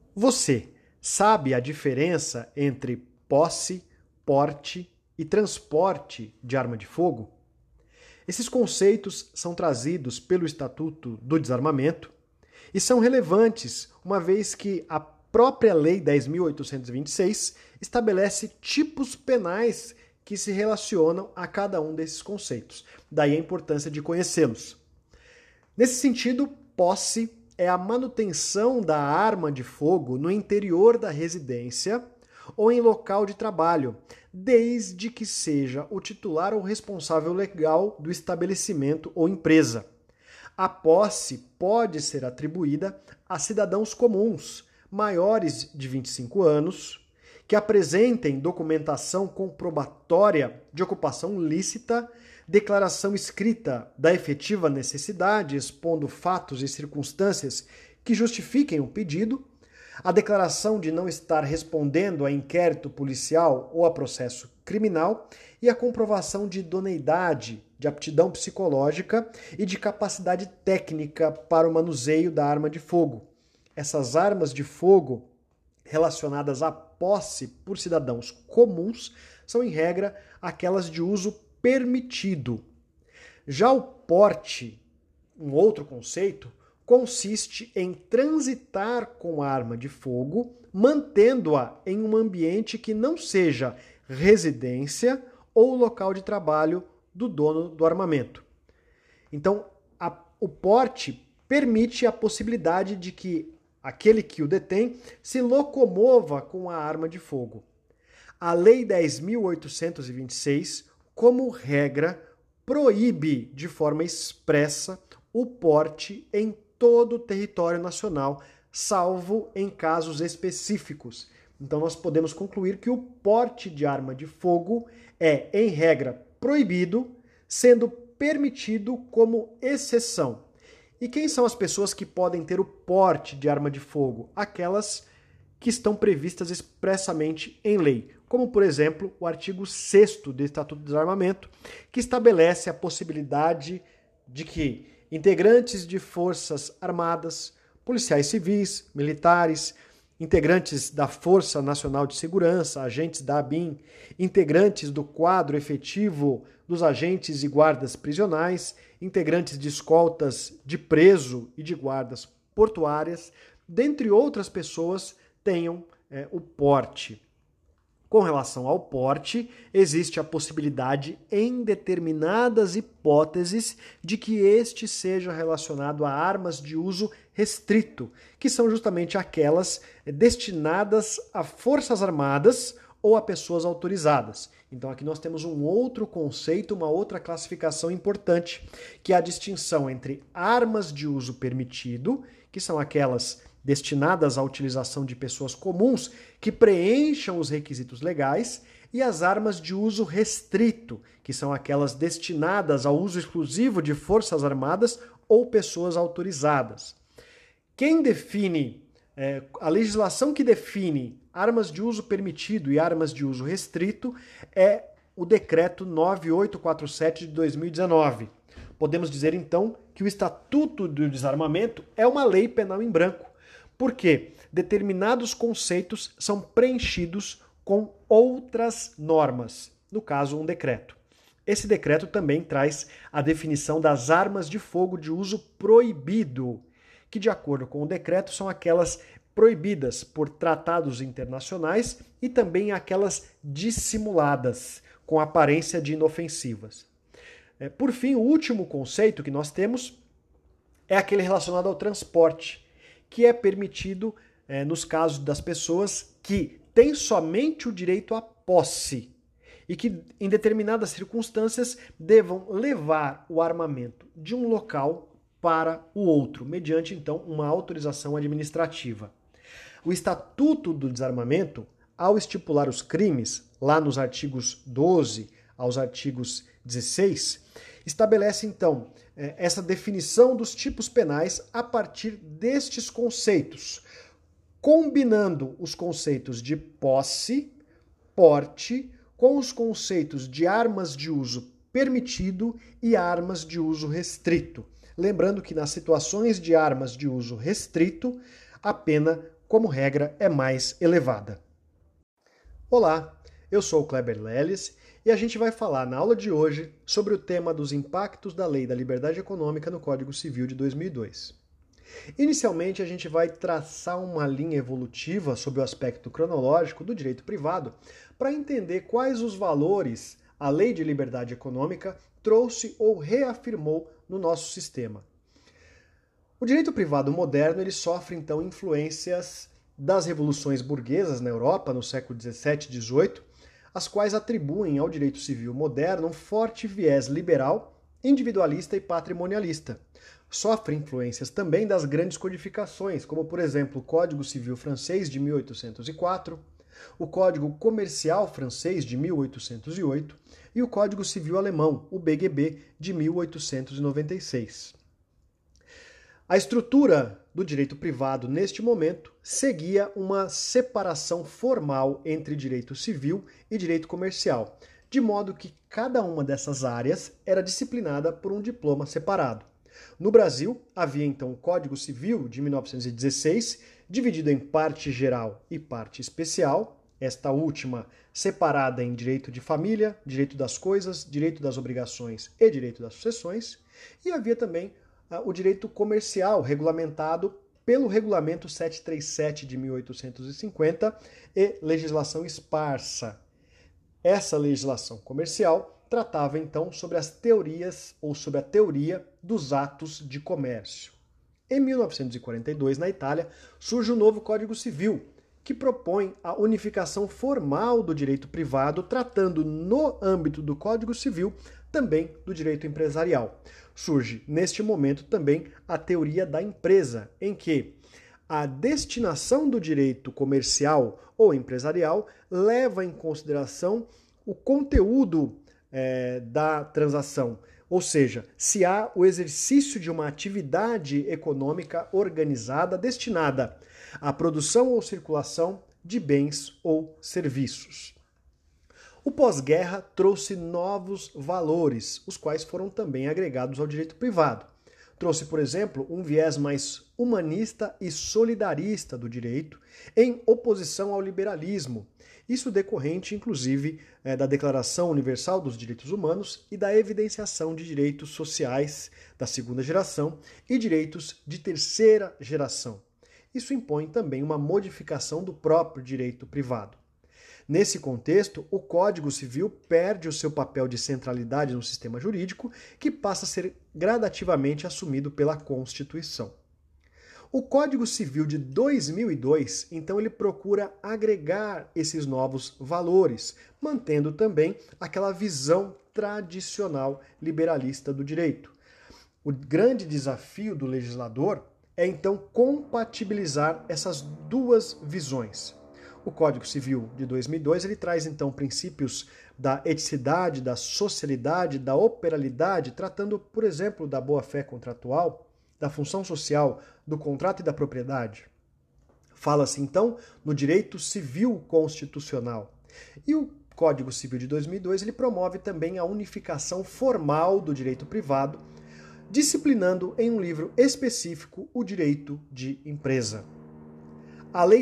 Você sabe a diferença entre posse, porte e transporte de arma de fogo? Esses conceitos são trazidos pelo Estatuto do Desarmamento e são relevantes, uma vez que a própria Lei 10.826 estabelece tipos penais que se relacionam a cada um desses conceitos. Daí a importância de conhecê-los. Nesse sentido, posse é a manutenção da arma de fogo no interior da residência ou em local de trabalho, desde que seja o titular ou responsável legal do estabelecimento ou empresa. A posse pode ser atribuída a cidadãos comuns, maiores de 25 anos, que apresentem documentação comprobatória de ocupação lícita, declaração escrita da efetiva necessidade, expondo fatos e circunstâncias que justifiquem o pedido, a declaração de não estar respondendo a inquérito policial ou a processo criminal e a comprovação de idoneidade, de aptidão psicológica e de capacidade técnica para o manuseio da arma de fogo. Essas armas de fogo relacionadas à posse por cidadãos comuns são, em regra, aquelas de uso permitido. Já o porte, um outro conceito, consiste em transitar com a arma de fogo, mantendo-a em um ambiente que não seja residência ou local de trabalho do dono do armamento. Então, o porte permite a possibilidade de que aquele que o detém se locomova com a arma de fogo. A Lei 10.826, como regra, proíbe de forma expressa o porte em todo o território nacional, salvo em casos específicos. Então nós podemos concluir que o porte de arma de fogo é, em regra, proibido, sendo permitido como exceção. E quem são as pessoas que podem ter o porte de arma de fogo? Aquelas que estão previstas expressamente em lei, como, por exemplo, o artigo 6º do Estatuto do Desarmamento, que estabelece a possibilidade de que integrantes de forças armadas, policiais civis, militares, integrantes da Força Nacional de Segurança, agentes da ABIN, integrantes do quadro efetivo dos agentes e guardas prisionais, integrantes de escoltas de preso e de guardas portuárias, dentre outras pessoas, tenham o porte. Com relação ao porte, existe a possibilidade, em determinadas hipóteses, de que este seja relacionado a armas de uso restrito, que são justamente aquelas destinadas a forças armadas ou a pessoas autorizadas. Então aqui nós temos um outro conceito, uma outra classificação importante, que é a distinção entre armas de uso permitido, que são aquelas destinadas à utilização de pessoas comuns que preencham os requisitos legais, e as armas de uso restrito, que são aquelas destinadas ao uso exclusivo de forças armadas ou pessoas autorizadas. Quem define, a legislação que define armas de uso permitido e armas de uso restrito é o Decreto 9847 de 2019. Podemos dizer, então, que o Estatuto do Desarmamento é uma lei penal em branco, porque determinados conceitos são preenchidos com outras normas, no caso, um decreto. Esse decreto também traz a definição das armas de fogo de uso proibido, que, de acordo com o decreto, são aquelas proibidas por tratados internacionais e também aquelas dissimuladas, com aparência de inofensivas. Por fim, o último conceito que nós temos é aquele relacionado ao transporte, que é permitido nos casos das pessoas que têm somente o direito à posse e que, em determinadas circunstâncias, devam levar o armamento de um local para o outro, mediante, então, uma autorização administrativa. O Estatuto do Desarmamento, ao estipular os crimes, lá nos artigos 12 aos artigos 16, estabelece, então, essa definição dos tipos penais a partir destes conceitos, combinando os conceitos de posse, porte, com os conceitos de armas de uso permitido e armas de uso restrito. Lembrando que nas situações de armas de uso restrito, a pena como regra, é mais elevada. Olá, eu sou o Kleber Leles e a gente vai falar na aula de hoje sobre o tema dos impactos da Lei da Liberdade Econômica no Código Civil de 2002. Inicialmente, a gente vai traçar uma linha evolutiva sobre o aspecto cronológico do direito privado para entender quais os valores a Lei de Liberdade Econômica trouxe ou reafirmou no nosso sistema. O direito privado moderno ele sofre, então, influências das revoluções burguesas na Europa no século XVII e XVIII, as quais atribuem ao direito civil moderno um forte viés liberal, individualista e patrimonialista. Sofre influências também das grandes codificações, como, por exemplo, o Código Civil francês de 1804, o Código Comercial francês de 1808 e o Código Civil alemão, o BGB, de 1896. A estrutura do direito privado, neste momento, seguia uma separação formal entre direito civil e direito comercial, de modo que cada uma dessas áreas era disciplinada por um diploma separado. No Brasil, havia então o Código Civil de 1916, dividido em parte geral e parte especial, esta última separada em direito de família, direito das coisas, direito das obrigações e direito das sucessões, e havia também o direito comercial, regulamentado pelo Regulamento 737 de 1850 e legislação esparsa. Essa legislação comercial tratava então sobre as teorias ou sobre a teoria dos atos de comércio. Em 1942, na Itália, surge o novo Código Civil, que propõe a unificação formal do direito privado, tratando no âmbito do Código Civil também do direito empresarial. Surge, neste momento, também a teoria da empresa, em que a destinação do direito comercial ou empresarial leva em consideração o conteúdo da transação, ou seja, se há o exercício de uma atividade econômica organizada destinada à produção ou circulação de bens ou serviços. O pós-guerra trouxe novos valores, os quais foram também agregados ao direito privado. Trouxe, por exemplo, um viés mais humanista e solidarista do direito, em oposição ao liberalismo. Isso decorrente, inclusive, da Declaração Universal dos Direitos Humanos e da evidenciação de direitos sociais da segunda geração e direitos de terceira geração. Isso impõe também uma modificação do próprio direito privado. Nesse contexto, o Código Civil perde o seu papel de centralidade no sistema jurídico, que passa a ser gradativamente assumido pela Constituição. O Código Civil de 2002, então, ele procura agregar esses novos valores, mantendo também aquela visão tradicional liberalista do direito. O grande desafio do legislador é, então, compatibilizar essas duas visões. O Código Civil de 2002 ele traz, então, princípios da eticidade, da socialidade, da operalidade, tratando, por exemplo, da boa-fé contratual, da função social, do contrato e da propriedade. Fala-se, então, no direito civil constitucional. E o Código Civil de 2002 ele promove também a unificação formal do direito privado, disciplinando em um livro específico o direito de empresa. A Lei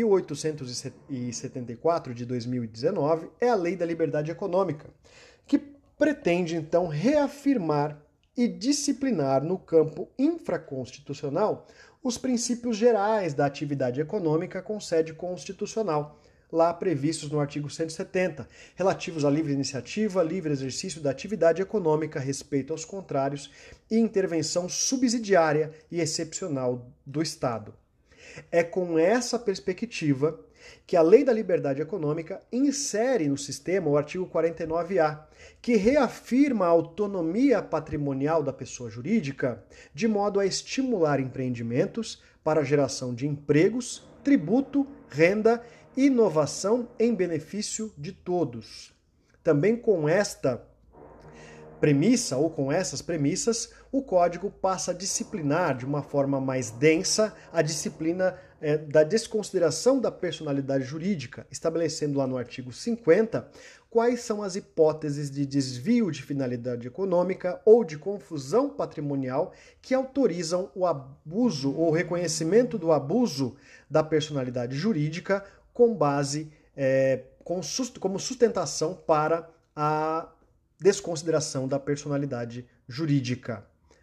13.874 de 2019 é a Lei da Liberdade Econômica, que pretende, então, reafirmar e disciplinar no campo infraconstitucional os princípios gerais da atividade econômica com sede constitucional, lá previstos no artigo 170, relativos à livre iniciativa, livre exercício da atividade econômica, respeito aos contrários e intervenção subsidiária e excepcional do Estado. É com essa perspectiva que a Lei da Liberdade Econômica insere no sistema o artigo 49A, que reafirma a autonomia patrimonial da pessoa jurídica, de modo a estimular empreendimentos para a geração de empregos, tributo, renda e inovação em benefício de todos. Também com esta premissa, ou com essas premissas, o Código passa a disciplinar de uma forma mais densa a disciplina da desconsideração da personalidade jurídica, estabelecendo lá no artigo 50 quais são as hipóteses de desvio de finalidade econômica ou de confusão patrimonial que autorizam o abuso ou reconhecimento do abuso da personalidade jurídica com base como sustentação para a desconsideração da personalidade jurídica.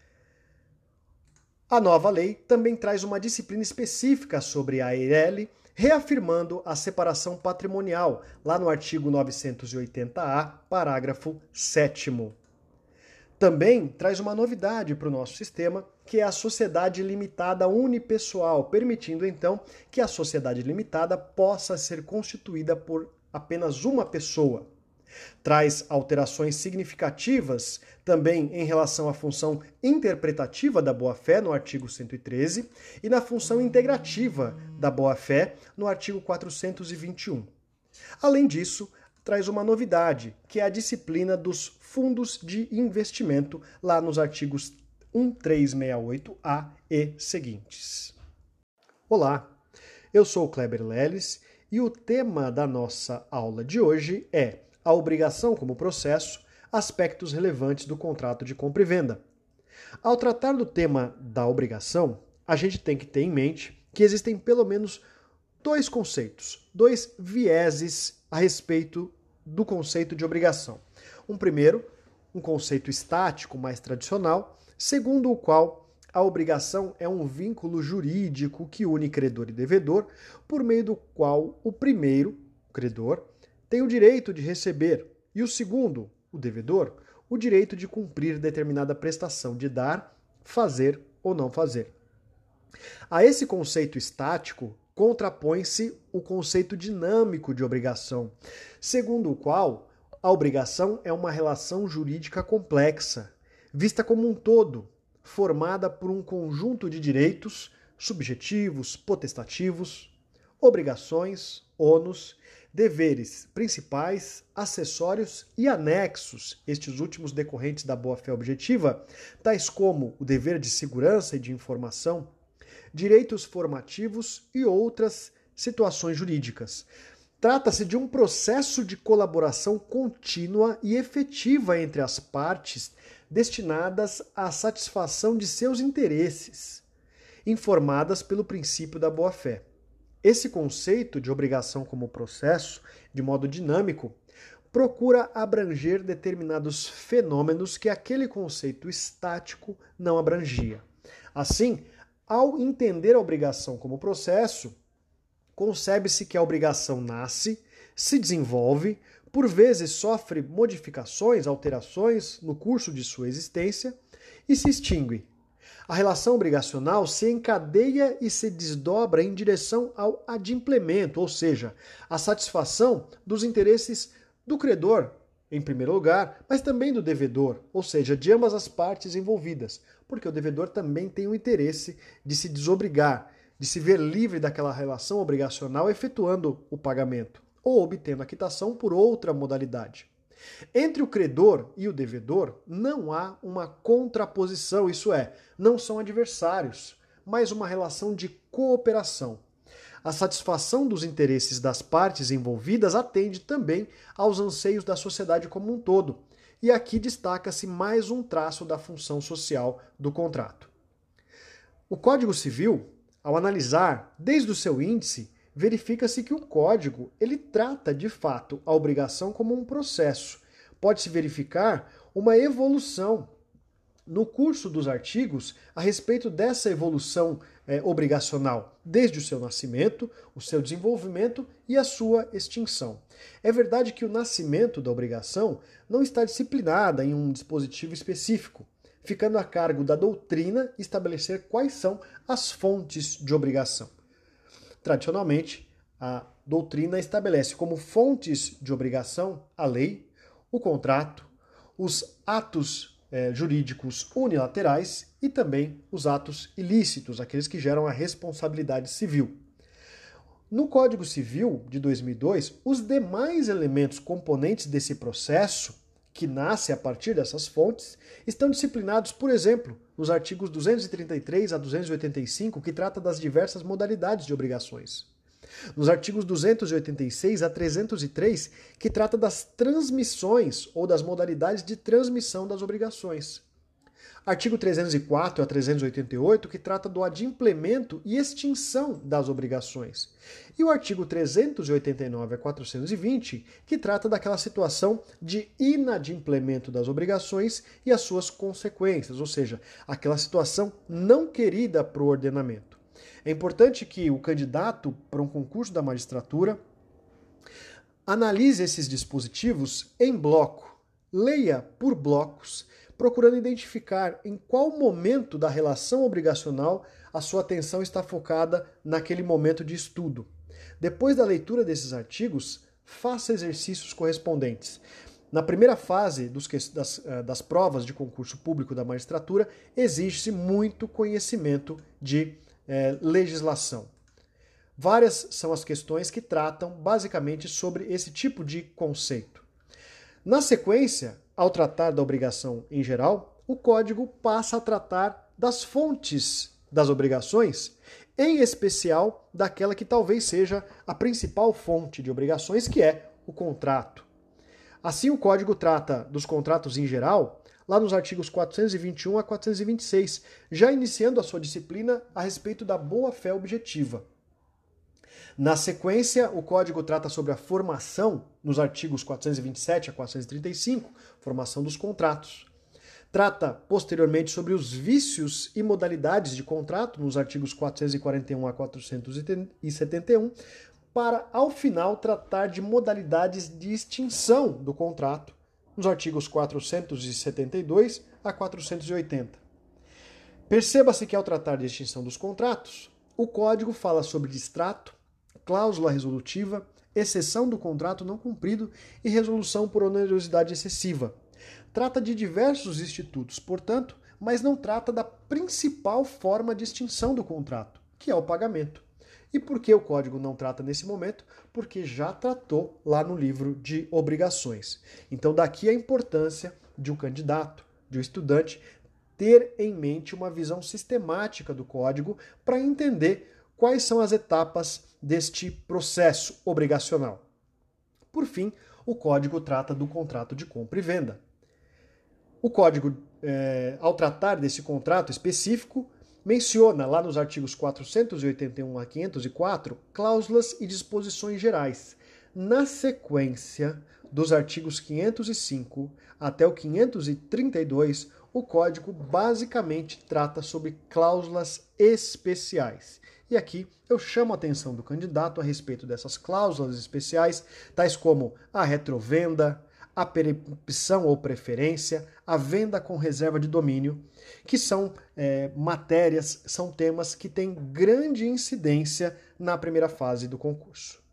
A nova lei também traz uma disciplina específica sobre a EIRELI, reafirmando a separação patrimonial, lá no artigo 980-A, parágrafo 7º. Também traz uma novidade para o nosso sistema, que é a sociedade limitada unipessoal, permitindo então que a sociedade limitada possa ser constituída por apenas uma pessoa. Traz alterações significativas também em relação à função interpretativa da boa-fé, no artigo 113, e na função integrativa da boa-fé, no artigo 421. Além disso, traz uma novidade, que é a disciplina dos fundos de investimento, lá nos artigos 1368-A e seguintes. Olá, eu sou o Kleber Leles e o tema da nossa aula de hoje é a obrigação como processo, aspectos relevantes do contrato de compra e venda. Ao tratar do tema da obrigação, a gente tem que ter em mente que existem pelo menos dois conceitos, dois vieses a respeito do conceito de obrigação. Um primeiro, um conceito estático mais tradicional, segundo o qual a obrigação é um vínculo jurídico que une credor e devedor, por meio do qual o primeiro, o credor, tem o direito de receber e o segundo, o devedor, o direito de cumprir determinada prestação, de dar, fazer ou não fazer. A esse conceito estático contrapõe-se o conceito dinâmico de obrigação, segundo o qual a obrigação é uma relação jurídica complexa, vista como um todo, formada por um conjunto de direitos subjetivos, potestativos, obrigações, ônus, deveres principais, acessórios e anexos, estes últimos decorrentes da boa-fé objetiva, tais como o dever de segurança e de informação, direitos formativos e outras situações jurídicas. Trata-se de um processo de colaboração contínua e efetiva entre as partes, destinadas à satisfação de seus interesses, informadas pelo princípio da boa-fé. Esse conceito de obrigação como processo, de modo dinâmico, procura abranger determinados fenômenos que aquele conceito estático não abrangia. Assim, ao entender a obrigação como processo, concebe-se que a obrigação nasce, se desenvolve, por vezes sofre modificações, alterações no curso de sua existência e se extingue. A relação obrigacional se encadeia e se desdobra em direção ao adimplemento, ou seja, a satisfação dos interesses do credor, em primeiro lugar, mas também do devedor, ou seja, de ambas as partes envolvidas, porque o devedor também tem o interesse de se desobrigar, de se ver livre daquela relação obrigacional efetuando o pagamento ou obtendo a quitação por outra modalidade. Entre o credor e o devedor não há uma contraposição, isso é, não são adversários, mas uma relação de cooperação. A satisfação dos interesses das partes envolvidas atende também aos anseios da sociedade como um todo, e aqui destaca-se mais um traço da função social do contrato. O Código Civil, ao analisar desde o seu índice, verifica-se que o Código ele trata, de fato, a obrigação como um processo. Pode-se verificar uma evolução no curso dos artigos a respeito dessa evolução obrigacional, desde o seu nascimento, o seu desenvolvimento e a sua extinção. É verdade que o nascimento da obrigação não está disciplinada em um dispositivo específico, ficando a cargo da doutrina estabelecer quais são as fontes de obrigação. Tradicionalmente, a doutrina estabelece como fontes de obrigação a lei, o contrato, os atos jurídicos unilaterais e também os atos ilícitos, aqueles que geram a responsabilidade civil. No Código Civil de 2002, os demais elementos componentes desse processo, que nasce a partir dessas fontes, estão disciplinados, por exemplo, nos artigos 233 a 285, que trata das diversas modalidades de obrigações. Nos artigos 286 a 303, que trata das transmissões ou das modalidades de transmissão das obrigações. Artigo 304 a 388, que trata do adimplemento e extinção das obrigações. E o artigo 389 a 420, que trata daquela situação de inadimplemento das obrigações e as suas consequências, ou seja, aquela situação não querida para o ordenamento. É importante que o candidato para um concurso da magistratura analise esses dispositivos em bloco, leia por blocos, procurando identificar em qual momento da relação obrigacional a sua atenção está focada naquele momento de estudo. Depois da leitura desses artigos, faça exercícios correspondentes. Na primeira fase das provas de concurso público da magistratura, exige-se muito conhecimento de legislação. Várias são as questões que tratam basicamente sobre esse tipo de conceito. Na sequência, ao tratar da obrigação em geral, o Código passa a tratar das fontes das obrigações, em especial daquela que talvez seja a principal fonte de obrigações, que é o contrato. Assim, o Código trata dos contratos em geral, lá nos artigos 421 a 426, já iniciando a sua disciplina a respeito da boa-fé objetiva. Na sequência, o Código trata sobre a formação, nos artigos 427 a 435, formação dos contratos. Trata, posteriormente, sobre os vícios e modalidades de contrato, nos artigos 441 a 471, para, ao final, tratar de modalidades de extinção do contrato, nos artigos 472 a 480. Perceba-se que, ao tratar de extinção dos contratos, o Código fala sobre distrato, cláusula resolutiva, exceção do contrato não cumprido e resolução por onerosidade excessiva. Trata de diversos institutos, portanto, mas não trata da principal forma de extinção do contrato, que é o pagamento. E por que o Código não trata nesse momento? Porque já tratou lá no livro de obrigações. Então, daqui a importância de um candidato, de um estudante, ter em mente uma visão sistemática do Código para entender quais são as etapas deste processo obrigacional. Por fim, o Código trata do contrato de compra e venda. O Código, ao tratar desse contrato específico, menciona lá nos artigos 481 a 504 cláusulas e disposições gerais. Na sequência dos artigos 505 até o 532, o Código basicamente trata sobre cláusulas especiais. E aqui eu chamo a atenção do candidato a respeito dessas cláusulas especiais, tais como a retrovenda, a perempção ou preferência, a venda com reserva de domínio, que são matérias, são temas que têm grande incidência na primeira fase do concurso.